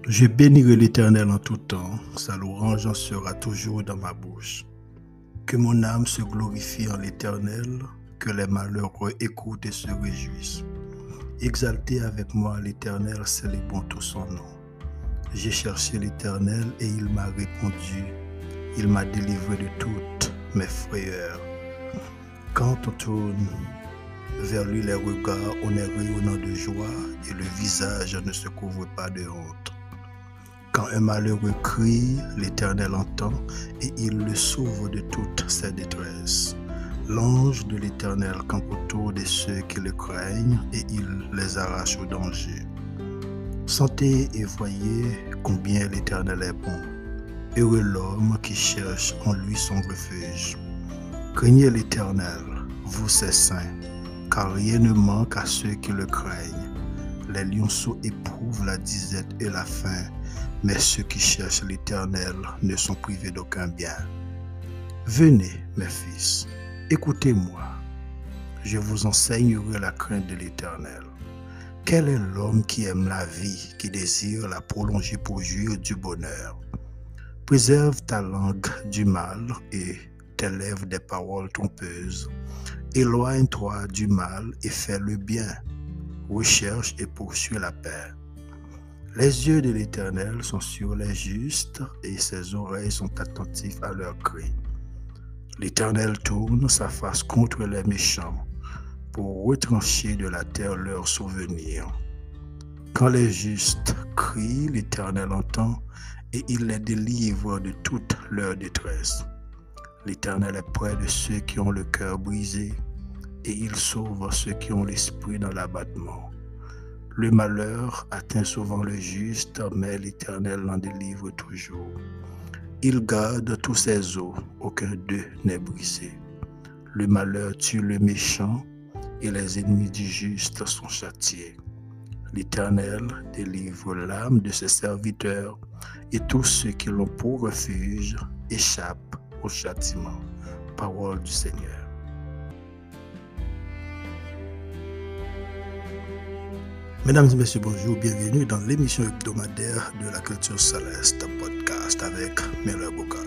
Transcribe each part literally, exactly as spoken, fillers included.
Je bénirai l'Éternel en tout temps, sa louange en sera toujours dans ma bouche. Que mon âme se glorifie en l'Éternel, que les malheureux écoutent et se réjouissent. Exaltez avec moi l'Éternel, célébrons tout son nom. J'ai cherché l'Éternel et il m'a répondu. Il m'a délivré de toutes mes frayeurs. Quand on tourne vers lui les regards, on est rayonnant de joie et le visage ne se couvre pas de honte. Quand un malheureux crie, l'Éternel entend et il le sauve de toutes ses détresses. L'ange de l'Éternel campe autour de ceux qui le craignent et il les arrache au danger. Sentez et voyez combien l'Éternel est bon. Heureux l'homme qui cherche en lui son refuge. Craignez l'Éternel, vous ses saints, car rien ne manque à ceux qui le craignent. Les lionceaux éprouvent la disette et la faim, mais ceux qui cherchent l'Éternel ne sont privés d'aucun bien. Venez, mes fils, écoutez-moi. Je vous enseignerai la crainte de l'Éternel. Quel est l'homme qui aime la vie, qui désire la prolonger pour jouir du bonheur? Préserve ta langue du mal et tes lèvres des paroles trompeuses. Éloigne-toi du mal et fais le bien. Recherche et poursuis la paix. Les yeux de l'Éternel sont sur les justes et ses oreilles sont attentives à leurs cris. L'Éternel tourne sa face contre les méchants pour retrancher de la terre leurs souvenirs. Quand les justes crient, l'Éternel entend et il les délivre de toute leur détresse. L'Éternel est près de ceux qui ont le cœur brisé et il sauve ceux qui ont l'esprit dans l'abattement. Le malheur atteint souvent le juste, mais l'Éternel l'en délivre toujours. Il garde tous ses os, aucun d'eux n'est brisé. Le malheur tue le méchant et les ennemis du juste sont châtiés. L'Éternel délivre l'âme de ses serviteurs et tous ceux qui l'ont pour refuge échappent au châtiment. Parole du Seigneur. Mesdames et messieurs, bonjour, bienvenue dans l'émission hebdomadaire de la Culture Céleste podcast avec Miller Bocard.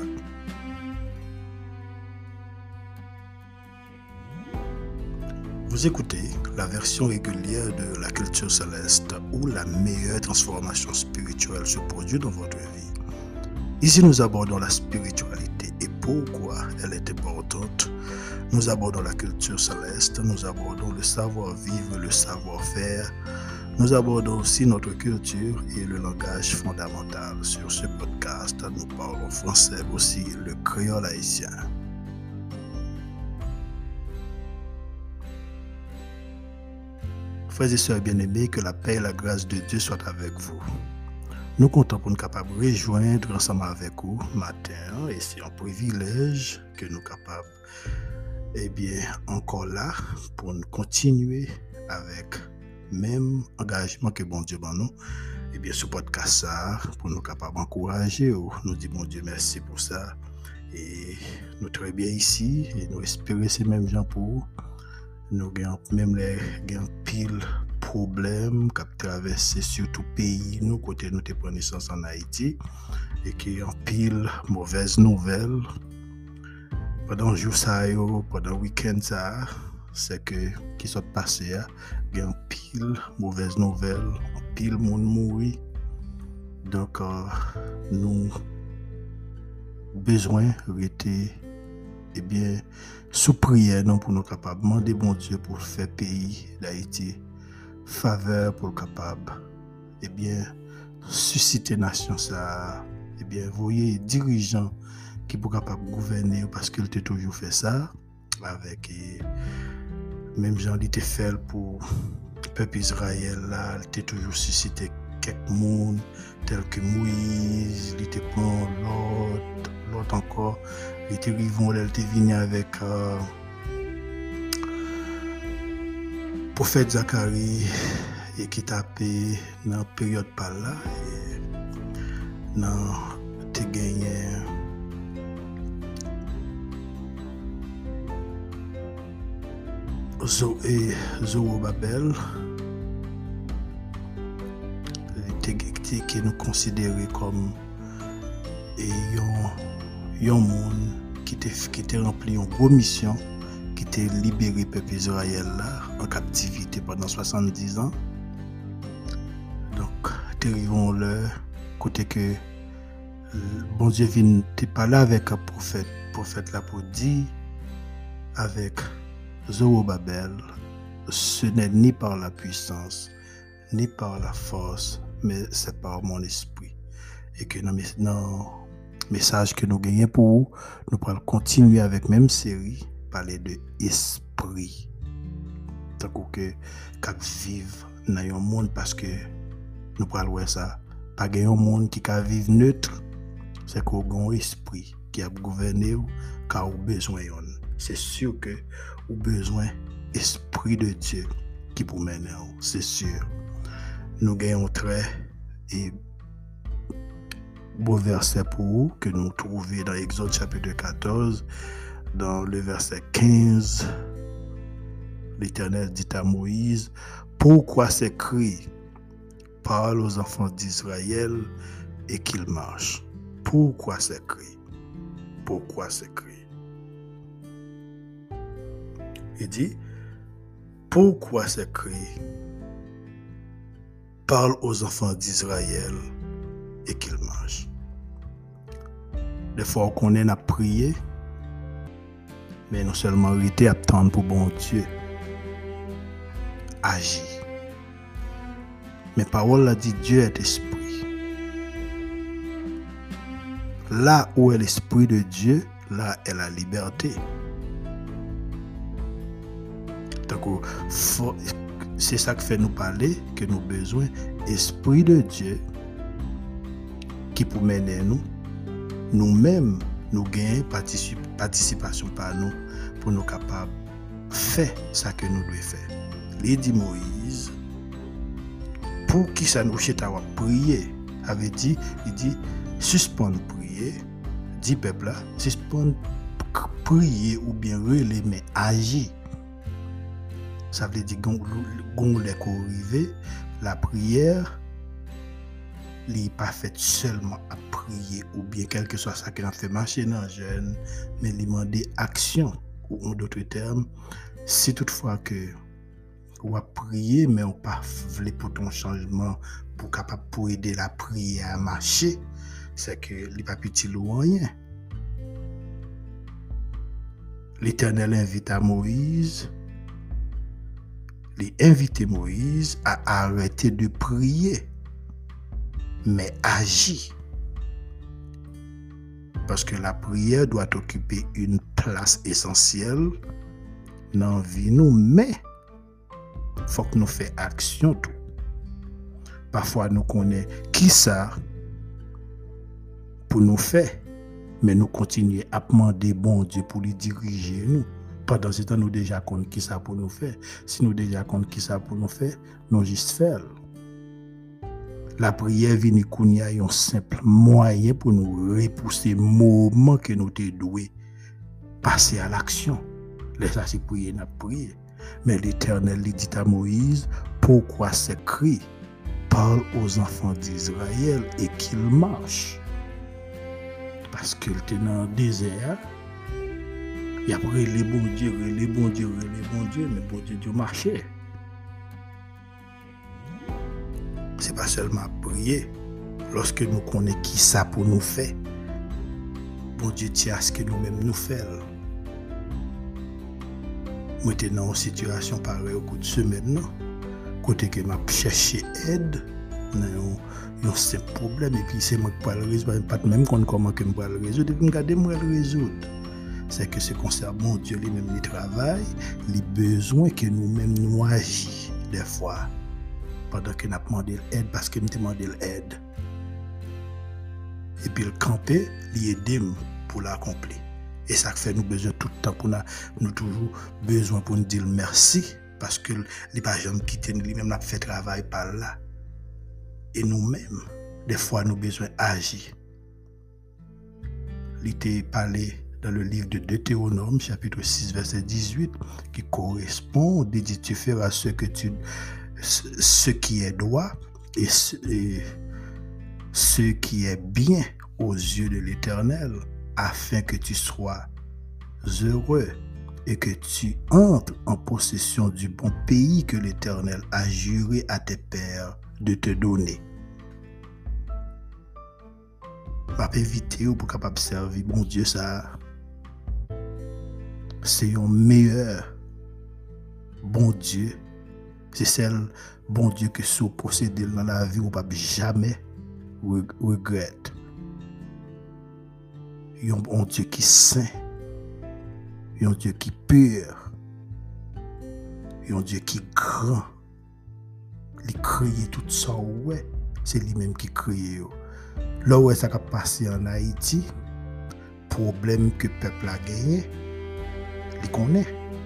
Vous écoutez la version régulière de la Culture Céleste où la meilleure transformation spirituelle se produit dans votre vie. Ici, nous abordons la spiritualité et pourquoi elle est importante. Nous abordons la culture céleste, nous abordons le savoir-vivre, le savoir-faire. Nous abordons aussi notre culture et le langage fondamental. Sur ce podcast, nous parlons français, aussi le créole haïtien. Frères et sœurs bien-aimés, que la paix et la grâce de Dieu soient avec vous. Nous comptons pour nous capables de rejoindre ensemble avec vous matin et c'est un privilège que nous capables, eh bien, encore là pour nous continuer avec même engagement que bon Dieu ban nous, et bien ce podcast ça pour nous capables d'encourager, nous dit bon Dieu merci pour ça et nous très bien ici et nous espérons ces mêmes gens pour nous gagnons même les gagnons pile problèmes qui traversé surtout pays nous côté nous te prendre naissance en Haïti et qui en pile mauvaises nouvelles pendant jour ça yo pendant week-end ça c'est que qui sont passés il y a un pile mauvaise nouvelle, un pile monde mourir. Donc euh, nous besoin rester et bien sous prière non pour nous capables demander bon Dieu pour faire pays d'Haïti faveur pour capable et bien susciter nation ça et bien voyez dirigeants qui pour capable gouverner parce qu'il a toujours fait ça avec et, même Jean il était fait pour le peuple Israël là, il était toujours suscité quelques monde tel que Moïse, il était prend l'autre, l'autre encore, il était vivant, il était venu avec euh, prophète Zacharie et qui tapait dans la période par là et dans te gagné Zoé Zorobabel était que nous considérait comme et un monde qui était qui était rempli une grosse mission, qui était libéré peuple Israël là en captivité pendant soixante-dix ans. Donc arrivons là côté que bon Dieu vient te parler avec un prophète prophète là pour dire avec Zorobabel, ce n'est ni par la puissance ni par la force, mais c'est par mon esprit. Et que dans le message que nous gagnons pour vous, nous allons continuer avec même série, parler de esprit. Tant que nous vivons dans un monde, parce que nous allons voir ça, pas un monde qui peut vivre neutre, c'est qu'on a un esprit qui a gouverné, qui a besoin. C'est sûr que vous avez besoin de l'esprit de Dieu qui vous mène, c'est sûr. Nous gagnons très et beau verset pour vous que nous trouvons dans Exode chapitre quatorze, dans le verset quinze. L'Éternel dit à Moïse, pourquoi s'écrit, parle aux enfants d'Israël et qu'ils marchent. Pourquoi s'écrit? Pourquoi s'écrit? Il dit, pourquoi s'écrit, parle aux enfants d'Israël et qu'ils marchent. Des fois qu'on est à prier, mais non seulement arrêter à attendre pour bon Dieu agir. Mais parole a dit Dieu est esprit. Là où est l'esprit de Dieu, là est la liberté. Donc, c'est ça qui fait nous parler, que nous avons besoin esprit de Dieu qui pour mener nous, nous-mêmes, nous gagnons particip, participation par nous pour nous capables de faire ce que nous devons faire. Il dit Moïse, pour qui ça nous chète à prier, avait dit, il dit, suspendre prier, dit peuple là, suspendre prier ou bien relayer, mais agir. Ça veut dire que quand les arrivé, la prière n'est pas faite seulement à prier ou bien quel que soit ça qu'on a fait marcher dans le jeûne, mais il demande action ou en d'autres termes, si toutefois que on a prié mais on pas voulu pour ton changement pour capable pour aider la prière à marcher, c'est que il pas petit ou rien. L'Éternel invite à Moïse Il invite Moïse à arrêter de prier, mais agir. Parce que la prière doit occuper une place essentielle dans la vie nous, mais il faut que nous fassions action tout. Parfois nous connaissons qui ça pour nous faire, mais nous continuons à demander bon Dieu pour lui diriger nous. Pendant ce temps, nous déjà connaissons qui ça pour nous faire. Si nous déjà connaissons qui ça pour nous faire, nous juste faire. La prière vient kounya un simple moyen pour nous repousser le moment que nous te doué passer à l'action. Laisse c'est prier, n'a prier. Mais l'Éternel dit à Moïse, pourquoi s'écrit, parle aux enfants d'Israël et qu'ils marchent. Parce qu'il était dans le désert. Et après, les bons dieux, les bons dieux, les bons dieux, mais bon Dieu, Dieu marchait. Ce n'est pas seulement prier. Lorsque nous connaissons qui ça pour nous faire, bon Dieu tient à ce que nous-mêmes nous faisons. Moi, j'étais dans une situation pareille au cours de semaine, côté que je cherché aide dans un simple problème, et puis c'est moi qui peux le résoudre, pas même comment je peux le résoudre, et puis je moi le résoudre. C'est que ce concerne mon Dieu, lui-même, il travaille, les besoins que nous-mêmes nous agissons des fois. Pendant que nous avons demandé l'aide, parce que nous avons demandé l'aide. Et puis le camper, il aide pour l'accomplir. Et ça fait nous besoin tout le temps pour nous, nous toujours besoin pour nous dire merci, parce que les gens qui quittent lui-même n'a fait travail par là. Et nous-mêmes, des fois, nous avons besoin d'agir. Il était parlé dans le livre de Deutéronome, chapitre six, verset dix-huit, qui correspond, il dit, tu feras ce que tu ce qui est droit et, et ce qui est bien aux yeux de l'Éternel, afin que tu sois heureux et que tu entres en possession du bon pays que l'Éternel a juré à tes pères de te donner. Va éviter ou pour capable servir bon Dieu ça. C'est un meilleur bon Dieu. C'est celle bon Dieu que sous posséder dans la vie ou pas jamais regrette. Un bon Dieu qui est saint. Un Dieu qui est pur. Un Dieu qui est grand. Il crée tout ça, ouais. C'est lui-même qui crée. Là où ça a passé en Haïti, problème que le peuple a gagné, il connaît.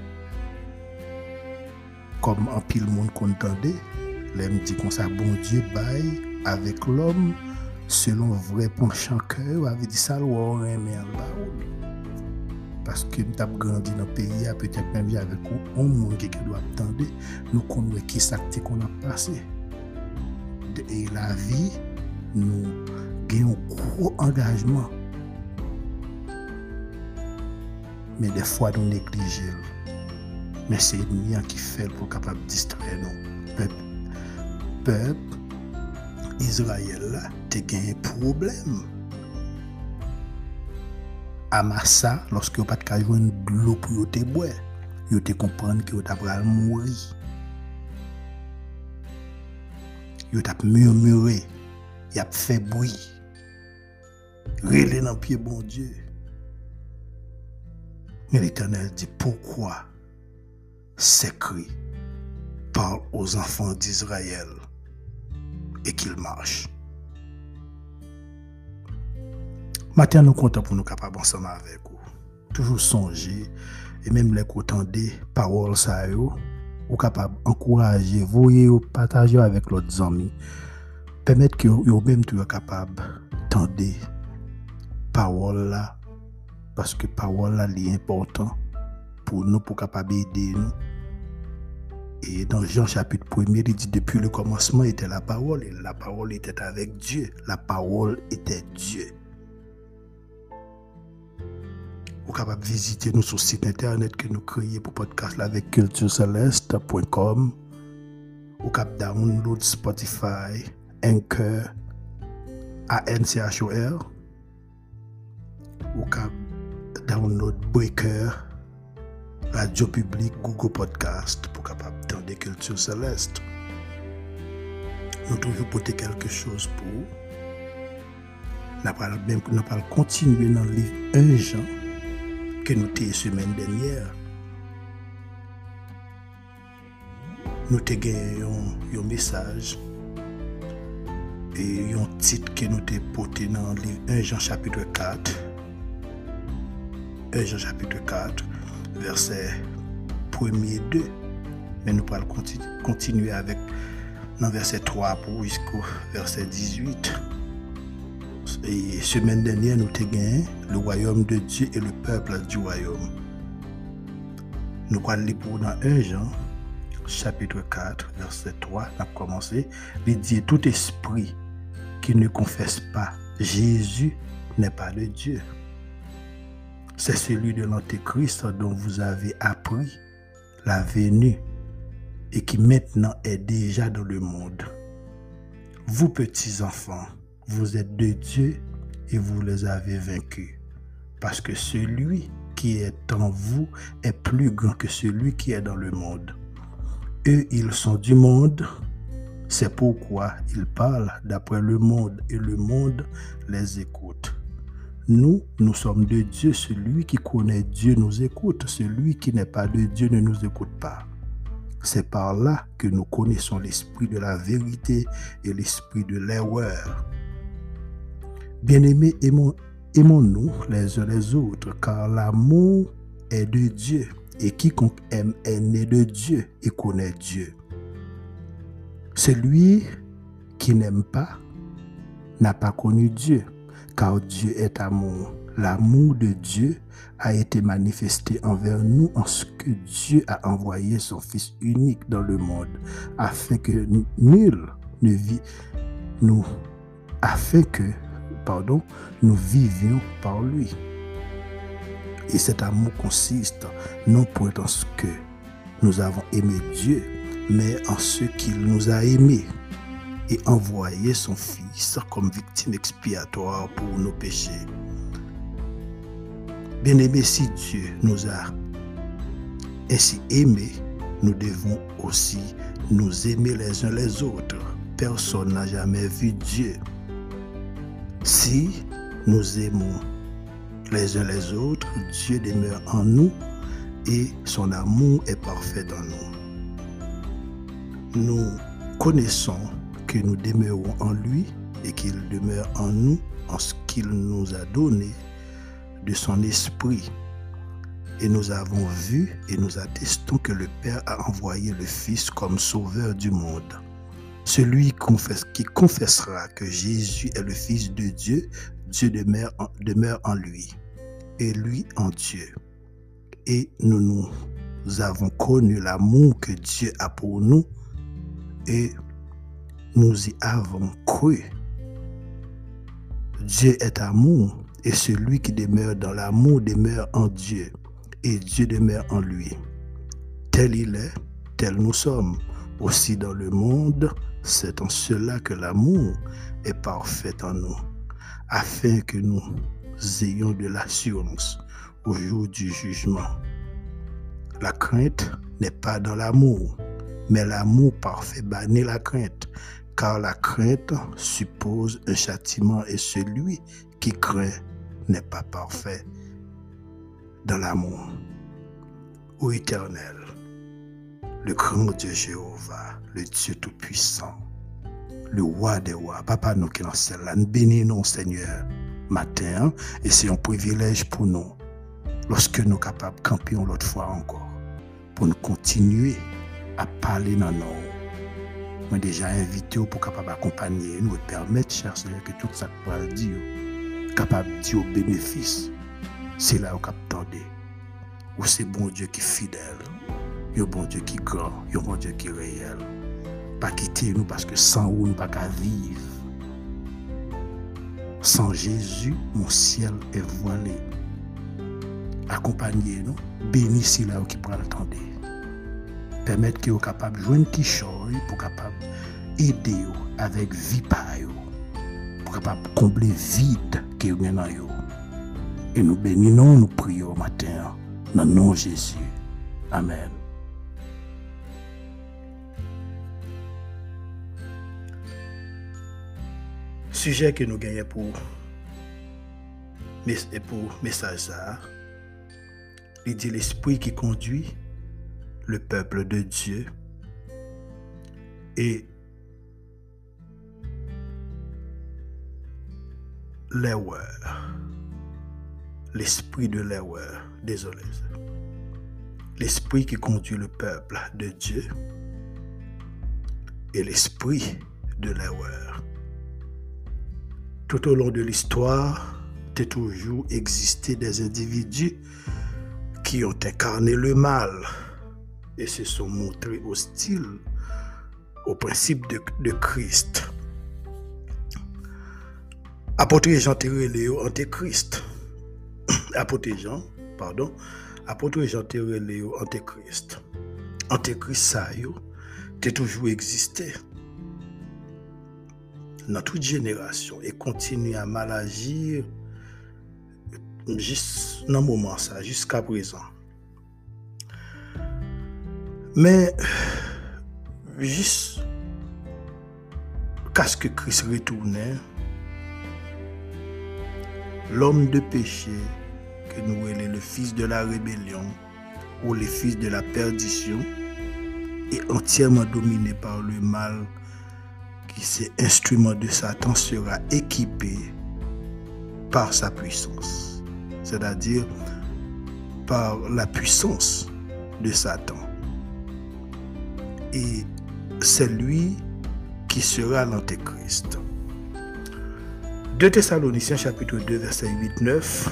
Comme un pile monde contendait, l'aime dit qu'on ça bon Dieu baille avec l'homme selon vrai penchant cœur, avait dit ça ou mais en bas. Parce que nous avons grandi dans le pays, peut-être même avec un monde qui doit attendre, nous connaissons qui s'acte qu'on a passé. Et la vie, nous gagnons un gros engagement. Mais des fois, nous négligeons. Mais c'est l'ennemi qui fait pour capable de distraire nous. Peuple, peuple Israël, là, tu as un problème. Amassa, lorsque vous n'avez pas de l'eau pour te boire, vous te comprendre que vous avez mourir. Vous avez murmuré, vous avez fait bruit. Relé dans le pied, bon Dieu. Mais l'Éternel dit pourquoi ces cris parlent aux enfants d'Israël et qu'ils marchent. Maintenant, nous comptons pour nous capables ensemble avec vous. Toujours songer et même les entendez paroles ça yo, ou capable encourager, voyer ou partager avec l'autre amis. Permettre que vous même toujours capable d'entendre paroles là parce que parole là est important pour nous pour capable aider nous. Et dans Jean chapitre premier, il dit depuis le commencement était la parole et la parole était avec Dieu. La parole était Dieu. Vous êtes capable de visiter nous sur le site internet que nous créons pour podcast là avec culture céleste point com. Vous êtes capable de download Spotify, Anchor, A N C H O R. Vous êtes capable de download Breaker, Radio Publique, Google Podcast pour capable d'entendre culture céleste. Nous toujours porter quelque chose pour vous. Nous allons continuer dans le livre un Jean que nous avons la semaine dernière. Nous avons gagné un message et un titre que nous avons porté dans le livre un Jean chapitre quatre. un Jean chapitre quatre, verset premier deux. Mais nous allons continuer avec dans verset trois pour jusqu'au verset dix-huit. Et semaine dernière, nous avons gagné le royaume de Dieu et le peuple du royaume. Nous allons lire pour dans un Jean, chapitre quatre, verset trois, nous avons commencé. Il dit tout esprit qui ne confesse pas Jésus n'est pas de Dieu. C'est celui de l'Antéchrist dont vous avez appris la venue et qui maintenant est déjà dans le monde. Vous petits enfants, vous êtes de Dieu et vous les avez vaincus. Parce que celui qui est en vous est plus grand que celui qui est dans le monde. Eux, ils sont du monde. C'est pourquoi ils parlent d'après le monde et le monde les écoute. Nous, nous sommes de Dieu. Celui qui connaît Dieu nous écoute. Celui qui n'est pas de Dieu ne nous écoute pas. C'est par là que nous connaissons l'esprit de la vérité et l'esprit de l'erreur. Bien-aimés, aimons, aimons-nous les uns les autres, car l'amour est de Dieu, et quiconque aime est né de Dieu et connaît Dieu. Celui qui n'aime pas n'a pas connu Dieu, car Dieu est amour. L'amour de Dieu a été manifesté envers nous en ce que Dieu a envoyé son Fils unique dans le monde, afin que nul ne vit nous afin que, pardon, nous vivions par lui. Et cet amour consiste non point en ce que nous avons aimé Dieu, mais en ce qu'il nous a aimés et envoyé son Fils comme victime expiatoire pour nos péchés. Bien-aimés, si Dieu nous a ainsi aimés, nous devons aussi nous aimer les uns les autres. Personne n'a jamais vu Dieu. Si nous aimons les uns les autres, Dieu demeure en nous et son amour est parfait en nous. Nous connaissons que nous demeurons en lui et qu'il demeure en nous en ce qu'il nous a donné de son esprit. Et nous avons vu et nous attestons que le Père a envoyé le Fils comme sauveur du monde. Celui confesse, qui confessera que Jésus est le Fils de Dieu, Dieu demeure en, demeure en lui, et lui en Dieu. Et nous, nous avons connu l'amour que Dieu a pour nous, et nous y avons cru. Dieu est amour, et celui qui demeure dans l'amour demeure en Dieu, et Dieu demeure en lui. Tel il est, tel nous sommes aussi dans le monde. C'est en cela que l'amour est parfait en nous, afin que nous ayons de l'assurance au jour du jugement. La crainte n'est pas dans l'amour, mais l'amour parfait bannit la crainte, car la crainte suppose un châtiment et celui qui craint n'est pas parfait dans l'amour. Ô Éternel, le grand Dieu Jéhovah, le Dieu Tout-Puissant, le roi des rois, Papa nous qui en celle-là, nous bénissons Seigneur matin, et c'est un privilège pour nous, lorsque nous sommes capables de camper l'autre fois encore, pour nous continuer à parler dans nous. Moi déjà invité pour capable accompagner nous et permettre, cher Seigneur, que tout ça que nous allons dire, capable de dire au bénéfice, c'est là où nous attendons. Où c'est bon Dieu qui est fidèle. Il y a un bon Dieu qui est grand, il y a un bon Dieu qui est réel. Pas quitter nous parce que sans vous, nous ne pouvons pas vivre. Sans Jésus, mon ciel est voilé. Accompagnez-nous, bénissez là où qui prend l'attendre. Permettez que vous soyez capable de joindre qui choisit pour capable aider avec vie par pour capable combler vide qui est dans vous. Et nous bénissons, nous prions au matin dans le nom de Jésus. Amen. Sujet que nous gagnons pour pour message ça, il dit l'esprit qui conduit le peuple de Dieu et l'erreur, l'esprit de l'erreur, désolé, l'esprit qui conduit le peuple de Dieu et l'esprit de l'erreur. Tout au long de l'histoire, il a toujours existé des individus qui ont incarné le mal et se sont montrés hostiles au principe de, de Christ. Apôtre Jean Léo Antéchrist. Apôtre Jean, pardon. Apôtre Jean Léo Antéchrist. Antéchrist, ça yo, a toujours existé dans toute génération et continue à mal agir juste dans le moment ça, jusqu'à présent. Mais juste qu'à ce que Christ retournait, l'homme de péché, que nous appelons le fils de la rébellion ou le fils de la perdition, est entièrement dominé par le mal qui, c'est instrument de Satan, sera équipé par sa puissance, c'est-à-dire par la puissance de Satan. Et c'est lui qui sera l'antéchrist. deux Thessaloniciens chapitre deux verset huit neuf.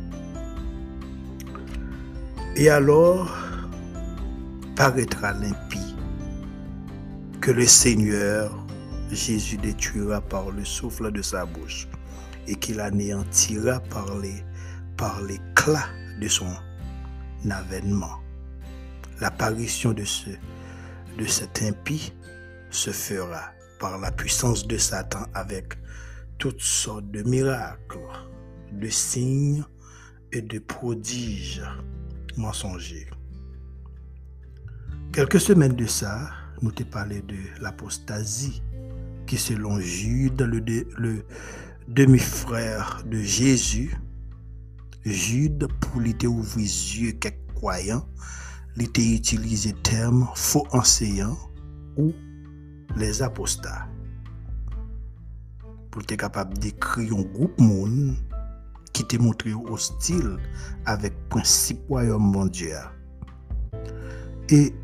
Et alors paraîtra l'impie que le Seigneur Jésus détruira par le souffle de sa bouche et qu'il anéantira par les, par l'éclat de son avènement. L'apparition de, ce, de cet impie se fera par la puissance de Satan avec toutes sortes de miracles, de signes et de prodiges mensongers. Quelques semaines de ça, nous t'ai parlé de l'apostasie qui, selon Jude, le, le demi-frère de Jésus, Jude, pour lui ouvrir les yeux quelques croyants, il a utilisé le terme faux enseignants ou les apostats. Pour être capable d'écrire un groupe monde qui te montré hostile avec le principe royaume mondial. Et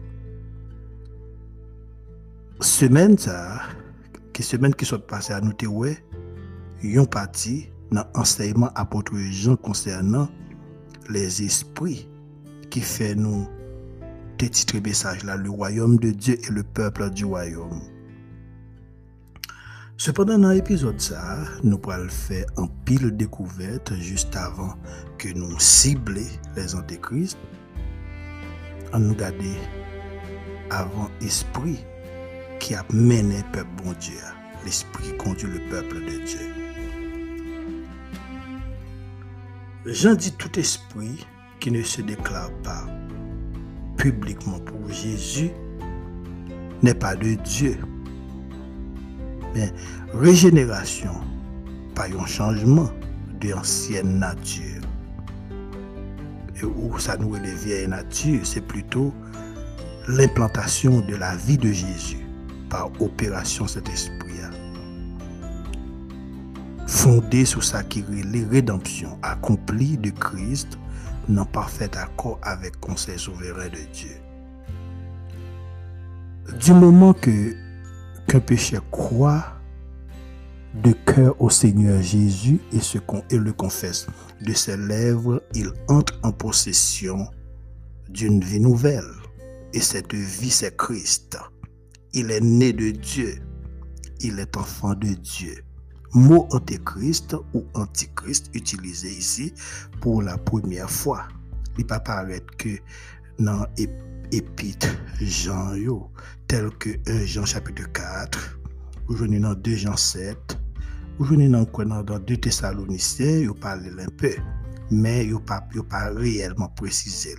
semaine ça, qui semaine qui sont passées à nous te ouais, yon parti dans l'enseignement apôtre Jean concernant les esprits qui fait nous te titre message là, le royaume de Dieu et le peuple du royaume. Cependant, dans l'épisode ça, nous pourrons faire un pile découverte juste avant que nous ciblions les antéchrists. On nous garde avant esprit qui a mené le peuple bon Dieu, l'esprit qui conduit le peuple de Dieu. Jean dit tout esprit qui ne se déclare pas publiquement pour Jésus n'est pas de Dieu. Mais régénération, pas un changement de l'ancienne nature. Et où ça nous est de vieille nature, c'est plutôt l'implantation de la vie de Jésus par opération cet esprit. Fondé sur sa qui relève rédemption accomplie de Christ dans parfait accord avec le conseil souverain de Dieu. Du moment que qu'un pécheur croit de cœur au Seigneur Jésus et, ce qu'on, et le confesse de ses lèvres, il entre en possession d'une vie nouvelle. Et cette vie, c'est Christ. Il est né de Dieu. Il est enfant de Dieu. Mot antéchrist ou antichrist utilisé ici pour la première fois. Il ne peut pas paraître que dans l'épître Jean, yo, tel que un Jean chapitre quatre, ou je dans deux Jean sept, ou je dans deux Thessaloniciens, il parle un peu, mais il ne pas, pas réellement précisé.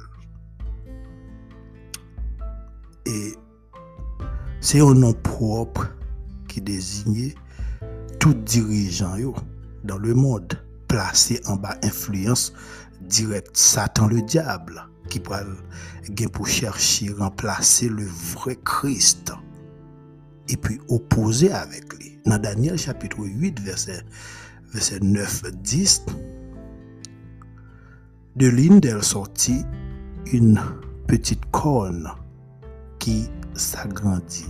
Et c'est un nom propre qui désigne tout dirigeant yo, dans le monde placé en bas influence directe Satan le diable qui pourra pour chercher remplacer le vrai Christ et puis opposer avec lui. Dans Daniel chapitre huit verset verset neuf dix, de l'une d'elles sortit une petite corne qui s'agrandit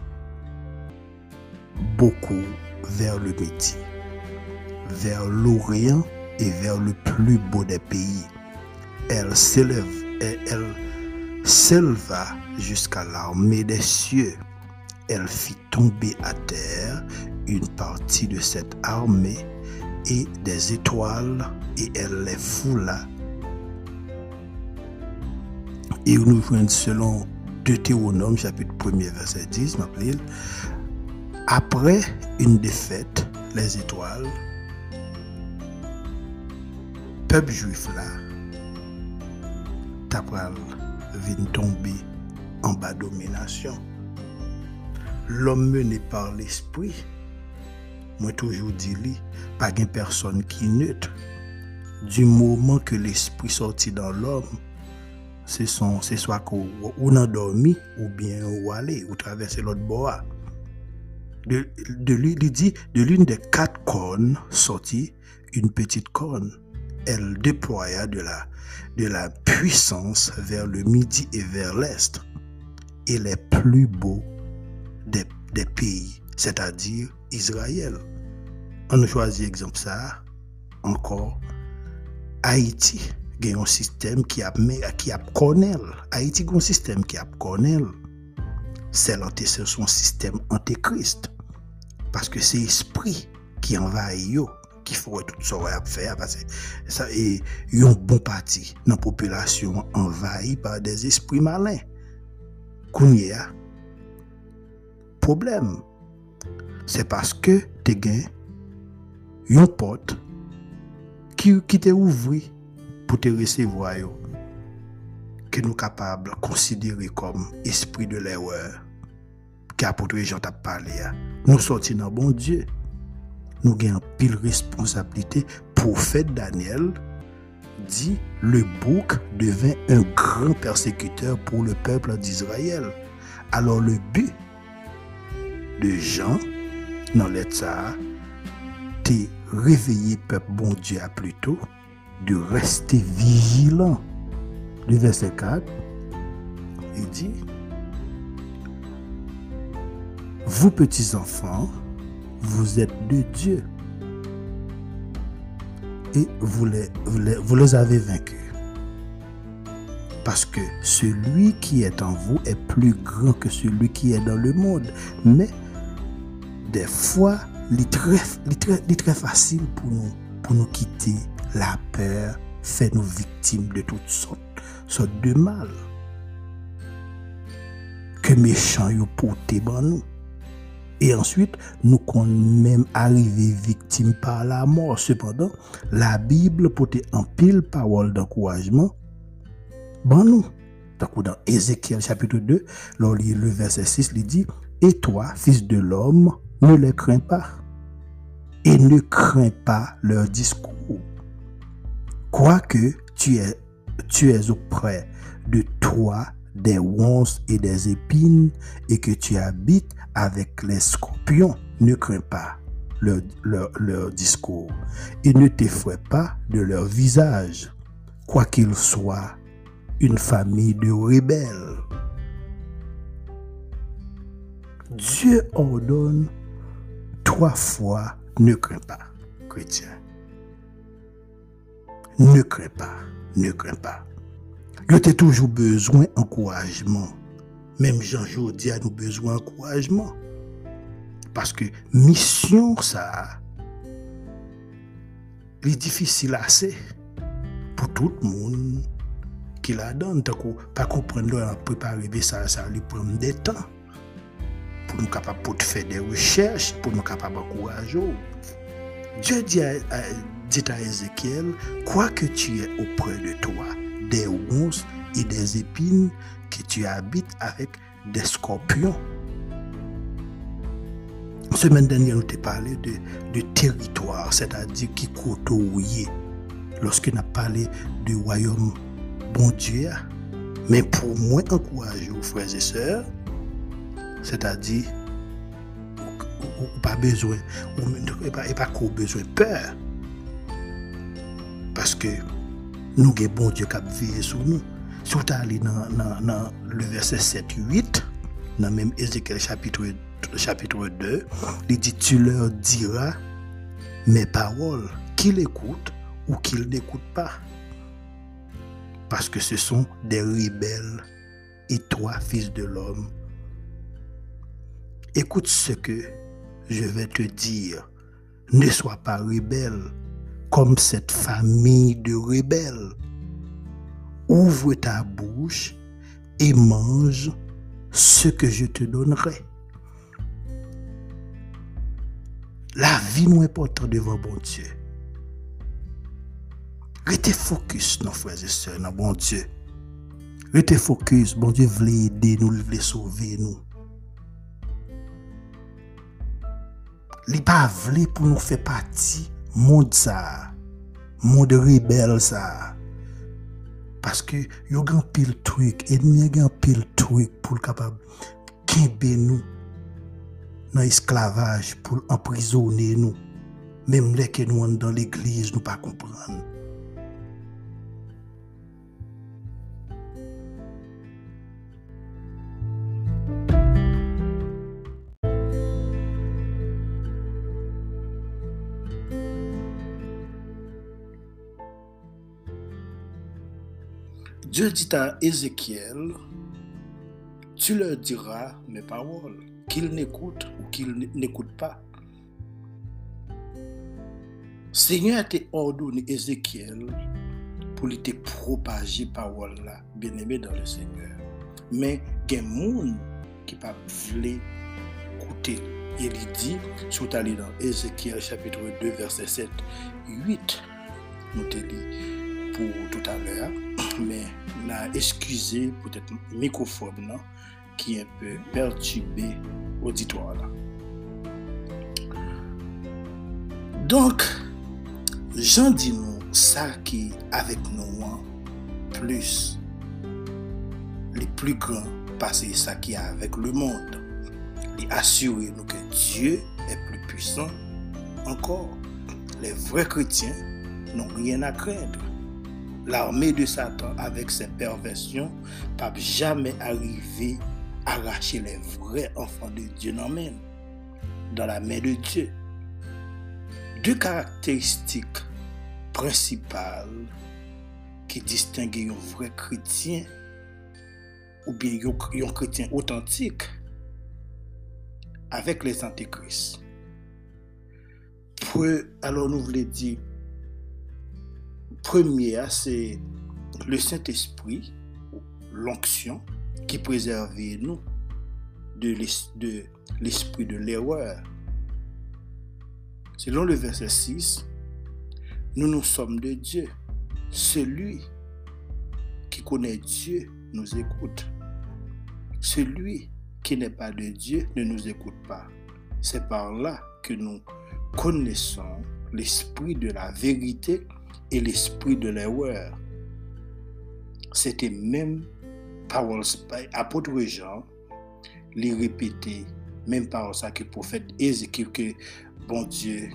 beaucoup vers le midi, vers l'Orient et vers le plus beau des pays. Elle s'élève et elle s'éleva jusqu'à l'armée des cieux. Elle fit tomber à terre une partie de cette armée et des étoiles et elle les foula. Et nous joignons selon Deutéronome chapitre un verset dix, m'appelle. Après une défaite, les étoiles, peuple juif là, t'apprend vient tomber en bas domination. L'homme mené par l'esprit, moi toujours dit lui, pas une personne qui est neutre. Du moment que l'esprit sortit dans l'homme, c'est son, c'est soit qu'on ou endormi ou bien ou aller ou traverser l'autre bord. De, de lui, il dit, de l'une des quatre cornes sortit une petite corne. Elle déploya de la, de la puissance vers le midi et vers l'est. Et les plus beaux des, des pays, c'est-à-dire Israël. On a choisi exemple ça, encore Haïti. Il y a un système qui a qui a connaît. Haïti a un système qui a connaît. C'est son système antéchrist. Parce que c'est l'esprit qui envahit yo, qui faut tout ça à faire. Parce que ça est un bon parti dans la population envahie par des esprits malins. Qu'on y a problème. C'est parce que tu as un porte qui, qui te ouvre pour te recevoir yo, que nous sommes capables de considérer comme esprit de l'erreur. Qui a pour les gens t'a parlé. Nous sortis dans bon Dieu. Nous avons pile responsabilité. Prophète Daniel dit le bouc devint un grand persécuteur pour le peuple d'Israël. Alors le but de Jean dans l'État, t'es réveillé peuple bon Dieu à plutôt de rester vigilant. Le verset quatre, il dit: vous petits enfants, vous êtes de Dieu et vous les, vous les, vous les avez vaincus. Parce que celui qui est en vous est plus grand que celui qui est dans le monde. Mais des fois, il est très, il est très, il est très facile pour nous, pour nous quitter. La peur fait nous victimes de toutes sortes, sortes de mal que méchants ont porté dans nous. Et ensuite, nous sommes même arrivés victimes par la mort. Cependant, la Bible porte en pile parole d'encouragement. Bon nous, dans Ézéchiel chapitre deux, le verset six, il dit: et toi, fils de l'homme, ne les crains pas, et ne crains pas leur discours. Quoique tu es, tu es auprès de toi des ronces et des épines, et que tu habites avec les scorpions, ne crains pas leur, leur, leur discours, et ne t'effraie pas de leur visage, quoiqu'ils soient une famille de rebelles. Dieu ordonne trois fois: ne crains pas, chrétien. Ne crains pas, ne crains pas. Tu as toujours besoin d'encouragement. Même Jean-Jodi a nous besoin d'encouragement. Parce que mission, ça, est difficile assez pour tout le monde qui la donne. Pas comprendre à préparer ça, ça lui prend des temps. Pour nous capables de faire des recherches, pour nous capables d'encourager. Dieu dit à, à, dit à Ézéchiel: quoique tu es auprès de toi des ronces et des épines, que tu habites avec des scorpions. Semaine dernière, nous t'ai parlé de, de territoire, c'est-à-dire qui côtoie. Lorsqu'on a parlé du royaume bon Dieu, mais pour moi, encourager aux frères et sœurs, c'est-à-dire, ou, ou, ou pas besoin, ou, et pas, et pas qu'au besoin peur, parce que nous avons bon Dieu qui a veillé sur nous. Si vous allez dans, dans, dans le verset sept huit, dans même Ézéchiel chapitre, chapitre deux, il dit: tu leur diras mes paroles, qu'ils écoutent ou qu'ils n'écoutent pas. Parce que ce sont des rebelles. Et toi, fils de l'homme, écoute ce que je vais te dire. Ne sois pas rebelle comme cette famille de rebelles. Ouvre ta bouche et mange ce que je te donnerai. La vie nous importante devant bon Dieu. Restez focus, nos frères et sœurs, dans bon Dieu. Restez focus, bon Dieu veut aider nous, il veut sauver nous. Il n'est pas voulu pour nous faire partie monde ça, monde rebelle ça. Parce que il y a un pile truc, ennemi a un pile truc pour capable kembe nous dans l'esclavage, pour emprisonner nous. Même les que nous dans l'église, nous pas comprendre. Dieu dit à Ézéchiel: tu leur diras mes paroles, qu'ils n'écoutent ou qu'ils n'écoutent pas. Seigneur a été ordonné Ézéchiel pour lui te propager parole là, bien-aimé dans le Seigneur. Mais il y a des gens qui ne veulent pas écouter. Il dit, si vous allez dans Ézéchiel chapitre deux, verset sept, huit, nous te lit pour tout à l'heure, mais on a excusé peut-être le microphone là, qui est un peu perturbé auditoire là. Donc, j'en dis nous ça qui avec nous plus les plus grands passer ça qui est avec le monde. Et assurer nous que Dieu est plus puissant encore. Les vrais chrétiens n'ont rien à craindre. L'armée de Satan avec ses perversions ne peut jamais arriver à arracher les vrais enfants de Dieu dans la main, dans la main de Dieu. Deux caractéristiques principales qui distinguent un vrai chrétien ou bien un chrétien authentique avec les antéchrists. Alors nous voulons dire, premier, c'est le Saint-Esprit, l'onction, qui préserve nous de l'esprit de l'erreur. Selon le verset six, nous nous sommes de Dieu. Celui qui connaît Dieu nous écoute. Celui qui n'est pas de Dieu ne nous écoute pas. C'est par là que nous connaissons l'esprit de la vérité et l'esprit de l'erreur. C'était même parole, apôtre Jean, les répéter, même par ça que le prophète Ézéchiel, que bon Dieu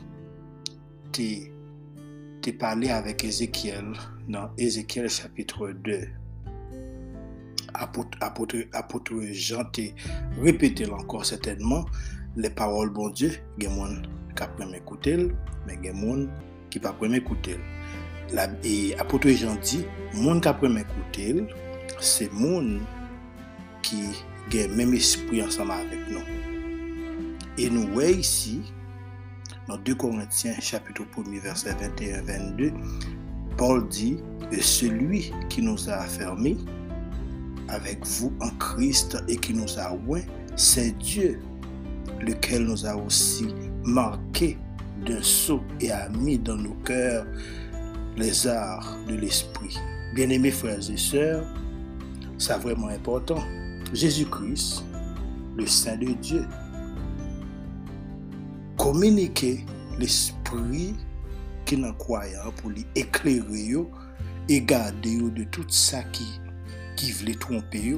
t'a parlé avec Ézéchiel dans Ézéchiel chapitre deux. Apôtre, apôtre, apôtre Jean t'a répété encore certainement les paroles bon Dieu. Il y a des gens qui peuvent écouter, mais il y a des gens qui ne peuvent pas écouter. Et apôtre Jean dit, les gens qui peuvent écouter, c'est les gens qui ont le même esprit ensemble avec nous. Et nous voyons ici, dans deux Corinthiens chapitre un, verset vingt et un vingt-deux, Paul dit que celui qui nous a affermis avec vous en Christ et qui nous a oint, c'est Dieu, lequel nous a aussi marqués d'un sceau et a mis dans nos cœurs les arts de l'esprit. Bien-aimés frères et sœurs, c'est vraiment important. Jésus-Christ, le Saint de Dieu, communiquer l'esprit qui n'en croyant pour lui éclairer et garder de tout ça qui qui voulait tromper.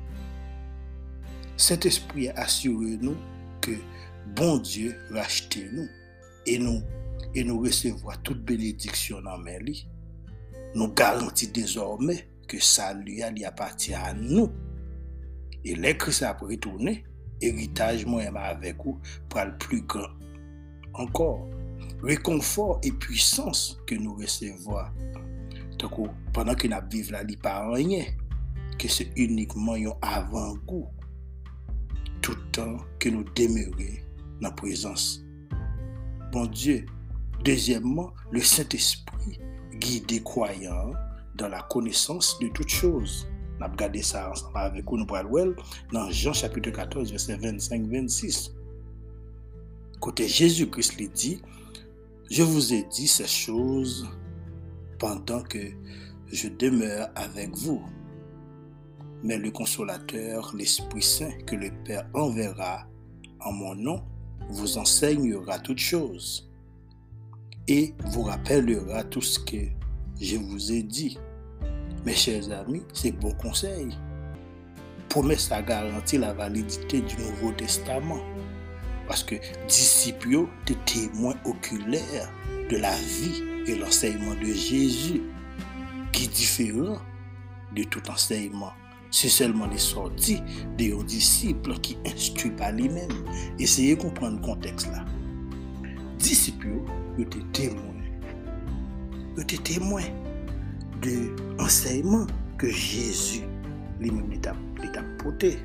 Cet esprit assure nous que bon Dieu rachète nous et nous et nous recevoir toute bénédiction dans main lui. Nous garantit désormais que salut lui appartient à nous. Et les Christ a retourné, héritage moi avec vous pour le plus grand. Encore, réconfort et puissance que nous recevons. Donc, pendant que nous vivons là, il n'y a pas rien, que c'est uniquement un avant-goût, tout le temps que nous demeurons dans la présence. Bon Dieu. Deuxièmement, le Saint-Esprit guide les croyants dans la connaissance de toutes choses. On a regardé ça ensemble avec vous, nous parlons dans Jean chapitre quatorze, verset vingt-cinq vingt-six. Côté Jésus-Christ lui dit, je vous ai dit ces choses pendant que je demeure avec vous. Mais le consolateur, l'Esprit Saint, que le Père enverra en mon nom, vous enseignera toutes choses et vous rappellera tout ce que je vous ai dit. Mes chers amis, c'est bon conseil. Promesse à garantir la validité du Nouveau Testament. Parce que disciples étaient témoins oculaires de la vie et l'enseignement de Jésus, qui est différent de tout enseignement. C'est seulement les sorties des disciples qui instruisent par lui-même. Essayez de comprendre le contexte là. Disciples étaient témoins. Étaient témoins de l'enseignement que Jésus lui-même les a porté.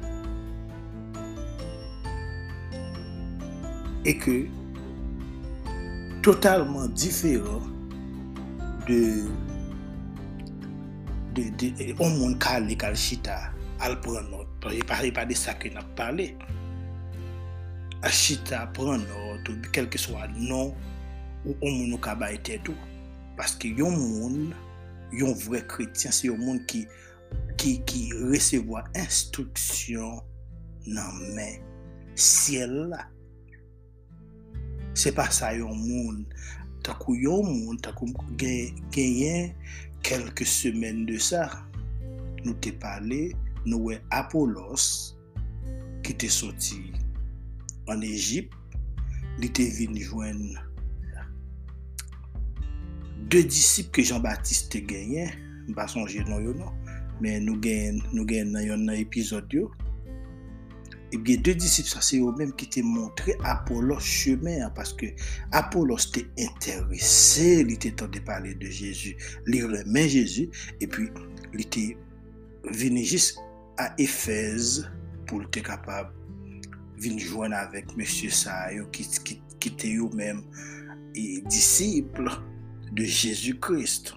Et que totalement différent de de de on monde calé cal chita al prendre note il parle pas de ça que n'a parlé à chita prendre note quel que soit non ou on monde ka ba tête tout parce que yon monde yon vrai chrétien c'est un monde qui qui qui recevoir instruction dans main ciel là. C'est pas ça yon monde ta kou yon monde ta kou gagné quelques semaines de ça nous t'ai parlé nous ouais Apollos qui était sorti en Égypte il était venu joindre deux disciples que Jean-Baptiste gagné pas songer non yo non mais nous gagne nous gagne dans un épisode yo. Et bien deux disciples ça c'est eux même qui t'ont montré Apollos chemin parce que Apollos était intéressé, il était tenté de parler de Jésus, lire le main Jésus et puis il était venu juste à Éphèse pour être capable venir joindre avec monsieur Sayo qui qui qui était eux même et disciples de Jésus-Christ.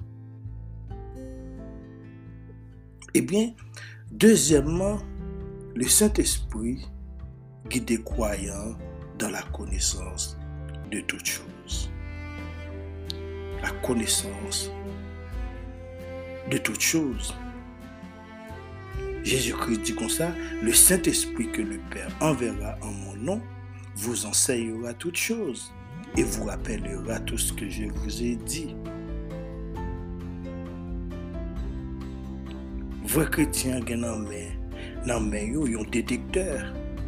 Eh bien, deuxièmement, le Saint-Esprit guide les croyants dans la connaissance de toutes choses. La connaissance de toutes choses. Jésus-Christ dit comme ça, le Saint-Esprit que le Père enverra en mon nom vous enseignera toutes choses et vous rappellera tout ce que je vous ai dit. Vrai chrétien qui nan men, nan men yo, yon détecteur.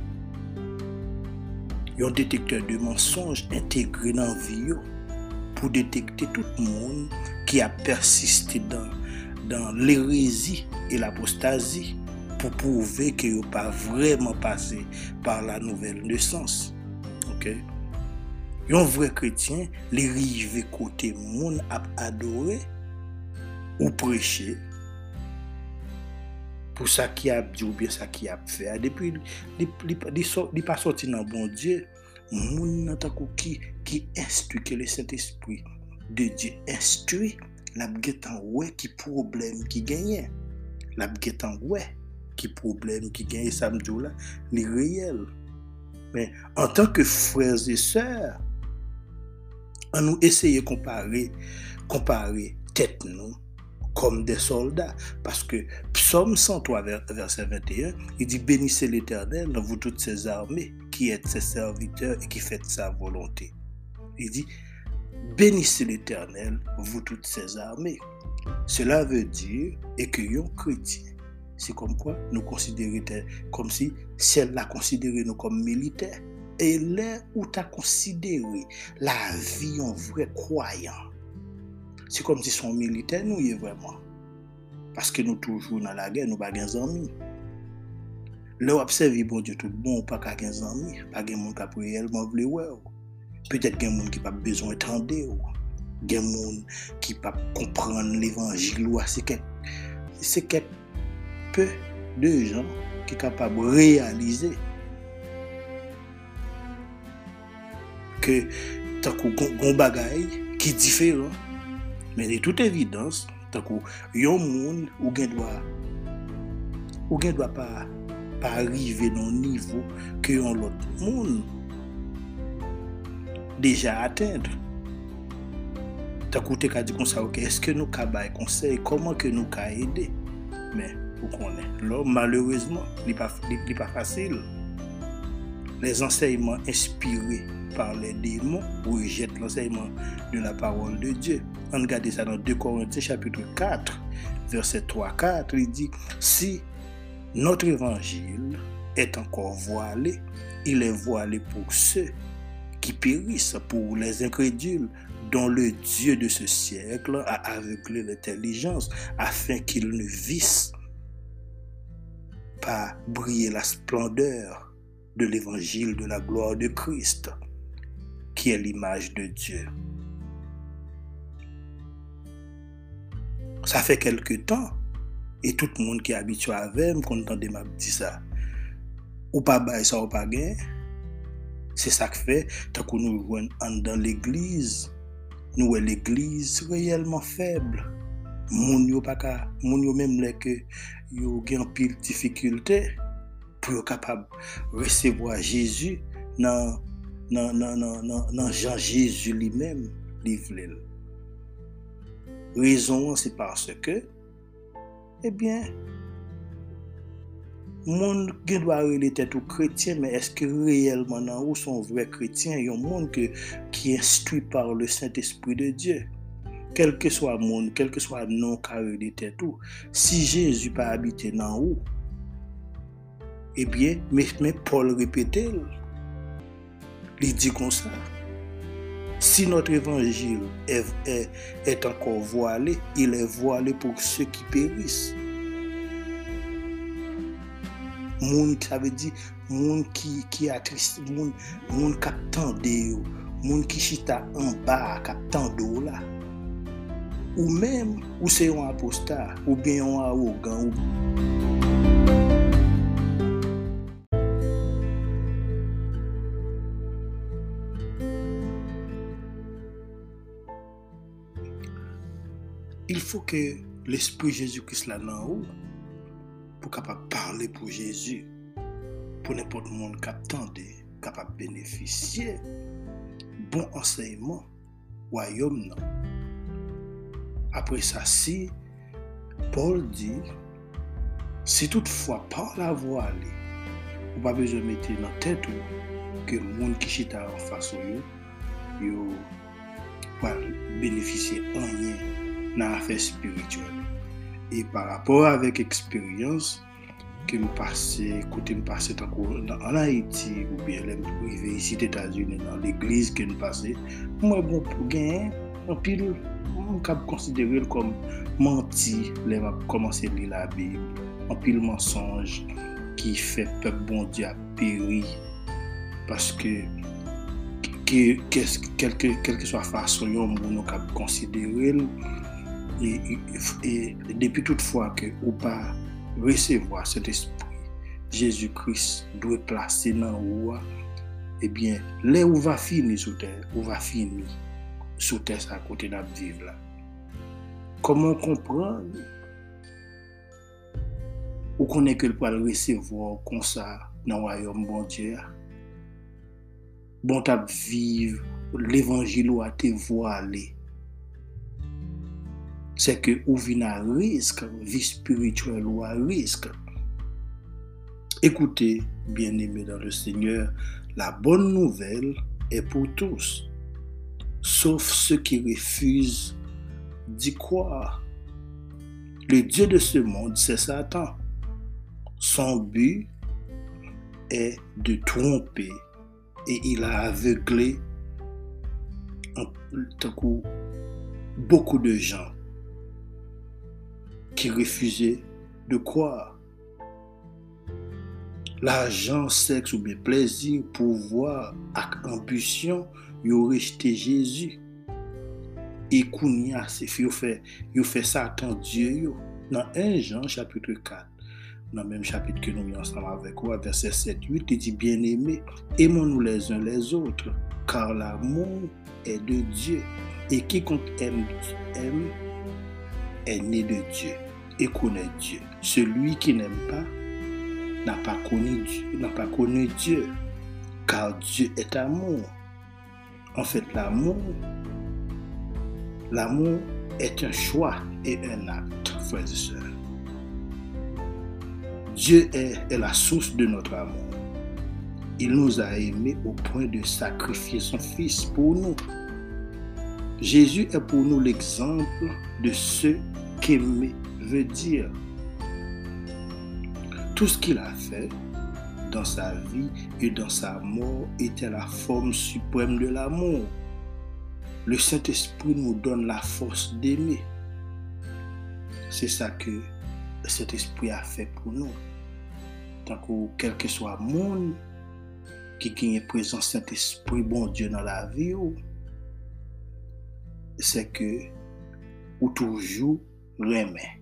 Yon détecteur de mensonges intégré dans la vie yo, pour détecter tout le monde qui a persisté dans, dans l'hérésie et l'apostasie pour prouver qu'il n'a pas vraiment passé par la nouvelle naissance. Ok? Yon vrai chrétien, les rive côté monde a adoré ou prêché pour ça qui a dit ou bien ça qui a fait. Depuis, il n'est pas sorti dans bon Dieu. Moun qui qui instruit que le Saint-Esprit de Dieu instruit, la guetan ouais qui problème qui gagne. La guetan ouais qui problème qui gagne ça me dit là, les réel. Mais en tant que frères et sœurs, on nous essayer comparer comparer tête nous comme des soldats, parce que Psaume cent trois, verset vingt et un, il dit « Bénissez l'Éternel, vous toutes ses armées, qui êtes ses serviteurs et qui faites sa volonté. » Il dit « Bénissez l'Éternel, vous toutes ses armées. » Cela veut dire, et que yon chrétien, c'est comme quoi nous considérons comme si ciel l'a considéré nous comme militaires. Et là où tu as considéré la vie en vrai croyant, c'est comme si son militaire nous y est vraiment. Parce que nous toujours dans la guerre, nous pas des amis. Là, observer bon Dieu tout bon, pas qu'à quinze amis, pas de monde qui réellement veut voir. Peut-être qu'il y a des gens qui pas besoin d'entendre. Il y a des gens qui pas comprendre l'évangile. C'est quelque, c'est quelque peu de gens qui sont capables de réaliser que tant qu'on gon bagaille qui est différent. Mais de toute évidence, tant qu'on yon moun ou gen doit ou gen doit pas pas arriver dans le niveau que yon l'autre moun déjà atteindre. Tant qu'on te ka dit comme ça, ok, est-ce que nous ka bay conseil, comment que nous ka aider? Mais pour qu'on est l'homme malheureusement, il pas il pas facile. Les enseignements inspirés par les démons rejettent l'enseignement de la parole de Dieu. On regarde ça dans deux Corinthiens chapitre quatre, verset trois à quatre, il dit « Si notre évangile est encore voilé, il est voilé pour ceux qui périssent, pour les incrédules, dont le Dieu de ce siècle a aveuglé l'intelligence, afin qu'ils ne vissent pas briller la splendeur de l'évangile de la gloire de Christ, qui est l'image de Dieu. » Ça fait quelque temps, et tout le monde qui est habitué avec moi, quand on entend m'a dit ça, ou pas bail ça ou pas gain, C'est ça que fait, tant que nous voyons dans l'église, nous voyons l'église réellement faible. Moun yo pas ka, moun yo même les que yo gen pile difficulté pour être capable de recevoir Jésus dans dans dans dans dans Jean Jésus lui-même livré. Raison c'est parce que eh bien monde qui doit relayer tête au chrétien, mais est-ce que réellement dans où sont vrais chrétiens, il y a un monde que qui est instruit par le Saint-Esprit de Dieu. Quel que soit le monde, quel que soit le nom carré de tête tout, si Jésus pas habité dans où, eh bien, mais, mais Paul répétait, il dit comme ça. Si notre évangile est, est, est encore voilé, il est voilé pour ceux qui périssent. Moun, ça veut dire monde qui qui attriste, monde monde qui attendait, monde qui chita en bas, qui attendait là. Ou même ou c'est un apostat ou bien un arrogant ou... Il faut que l'Esprit Jésus-Christ là dans haut pour capable parler pour Jésus, pour n'importe monde qui attendait, capable bénéficier bon enseignement royaume non. Après ça, si Paul dit, si toutefois par la voie aller, vous pas besoin de mettre dans la tête que le monde qui chita en face de vous, va bénéficier en rien dans l'affaire spirituelle. Et par rapport avec l'expérience que me passé, côté me passé en Haïti ou bien les ici aux États-Unis dans l'église que nous passé, moi bon pour gagner en pile on peut considérer comme menti, les va commencer à lire la Bible, un pile mensonge qui fait peuple bon Dieu a péri parce que que quelle que quelle que soit façon on nous cap considérer et, et, et depuis toutefois que ou pas recevoir cet esprit Jésus-Christ doit placer dans ou eh bien là où va finir sur terre où va finir sous terre à côté de vivre là. Comment comprendre ou connaît que le pas recevoir comme ça dans le royaume bon Dieu. Bon t'a vivre l'évangile ou à te voiler. C'est que ou vient à risque, vie spirituelle ou à risque. Écoutez, bien-aimés dans le Seigneur, la bonne nouvelle est pour tous. Sauf ceux qui refusent d'y croire. Le Dieu de ce monde, c'est Satan. Son but est de tromper et il a aveuglé beaucoup de gens qui refusaient de croire. L'argent, sexe ou bien plaisir, pouvoir et ambition, ils ont rejeté Jésus. Et Kounia, c'est fait, fait, fait Satan Dieu. Yo. Dans un Jean, chapitre quatre, dans le même chapitre que nous sommes ensemble avec vous, verset sept huit, il dit bien-aimés, aimons-nous les uns les autres, car l'amour est de Dieu. Et quiconque aime, aime est né de Dieu et connaît Dieu. Celui qui n'aime pas n'a pas connu Dieu, n'a pas connu Dieu, car Dieu est amour. En fait, l'amour, l'amour est un choix et un acte, frères et sœurs. Dieu est, est la source de notre amour. Il nous a aimés au point de sacrifier son Fils pour nous. Jésus est pour nous l'exemple de ce qu'aimer veut dire. Tout ce qu'il a fait dans sa vie et dans sa mort était la forme suprême de l'amour. Le Saint-Esprit nous donne la force d'aimer. C'est ça que cet esprit a fait pour nous. Tant que quel que soit le monde qui gagne présent Saint-Esprit, bon Dieu dans la vie, c'est que ou toujours remet.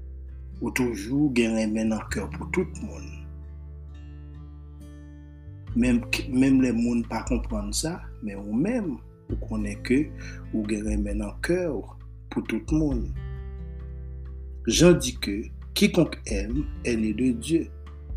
Ou toujours gagne remet dans le cœur pour tout le monde. même même les monde pas comprendre ça, mais ou même ou connaît que ou gagne maintenant cœur pour tout le monde. Jean dit que quiconque aime est né de Dieu.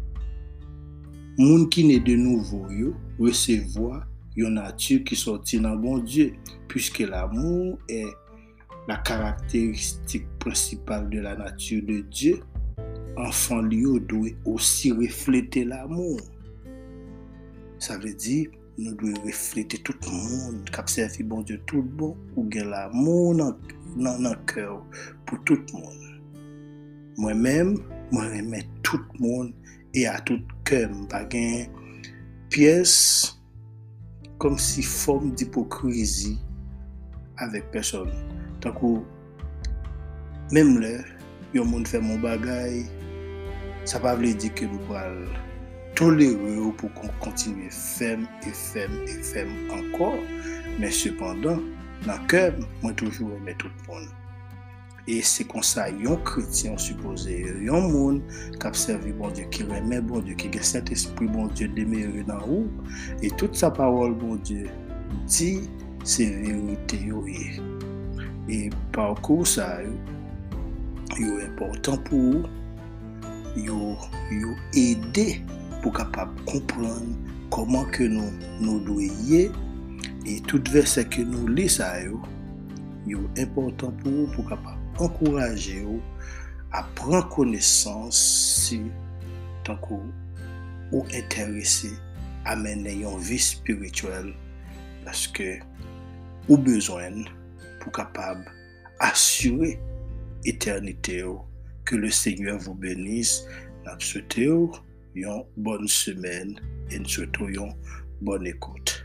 Moun qui naît de nouveau yo recevoir une nature qui sortit dans bon Dieu, puisque l'amour est la caractéristique principale de la nature de Dieu. Enfant lui doit aussi refléter l'amour. Ça veut dire nous devons refléter tout le monde qui observe bon Dieu tout bon ou gain l'amour dans dans cœur pour tout le monde. Moi-même, moi j'aime tout le monde et à tout cœur, pas gain pièce comme si forme d'hypocrisie avec personne. Tant que même là, yon monde fait mon bagay, ça pas veut dire que nous allons tolérer pour qu'on continue ferme et ferme et ferme encore, mais cependant dans le cœur, moi toujours aimer tout le monde. Et c'est comme ça, un chrétien supposé, un monde qui observe bon Dieu, qui remet bon Dieu, qui a cet esprit bon Dieu demeuré dans haut, et toute sa parole bon Dieu dit c'est vérité. Et par contre, ça est important pour vous, aider pour capable comprendre comment que nous nous devons et tout verset que nous lisons ça est important pour vous pour capable encourager vous à prendre connaissance si tant que ou intéressé à mener une vie spirituelle parce que ou besoin pour capable assurer éternité. Que le Seigneur vous bénisse. Nous souhaitons une bonne semaine et nous souhaitons une bonne écoute.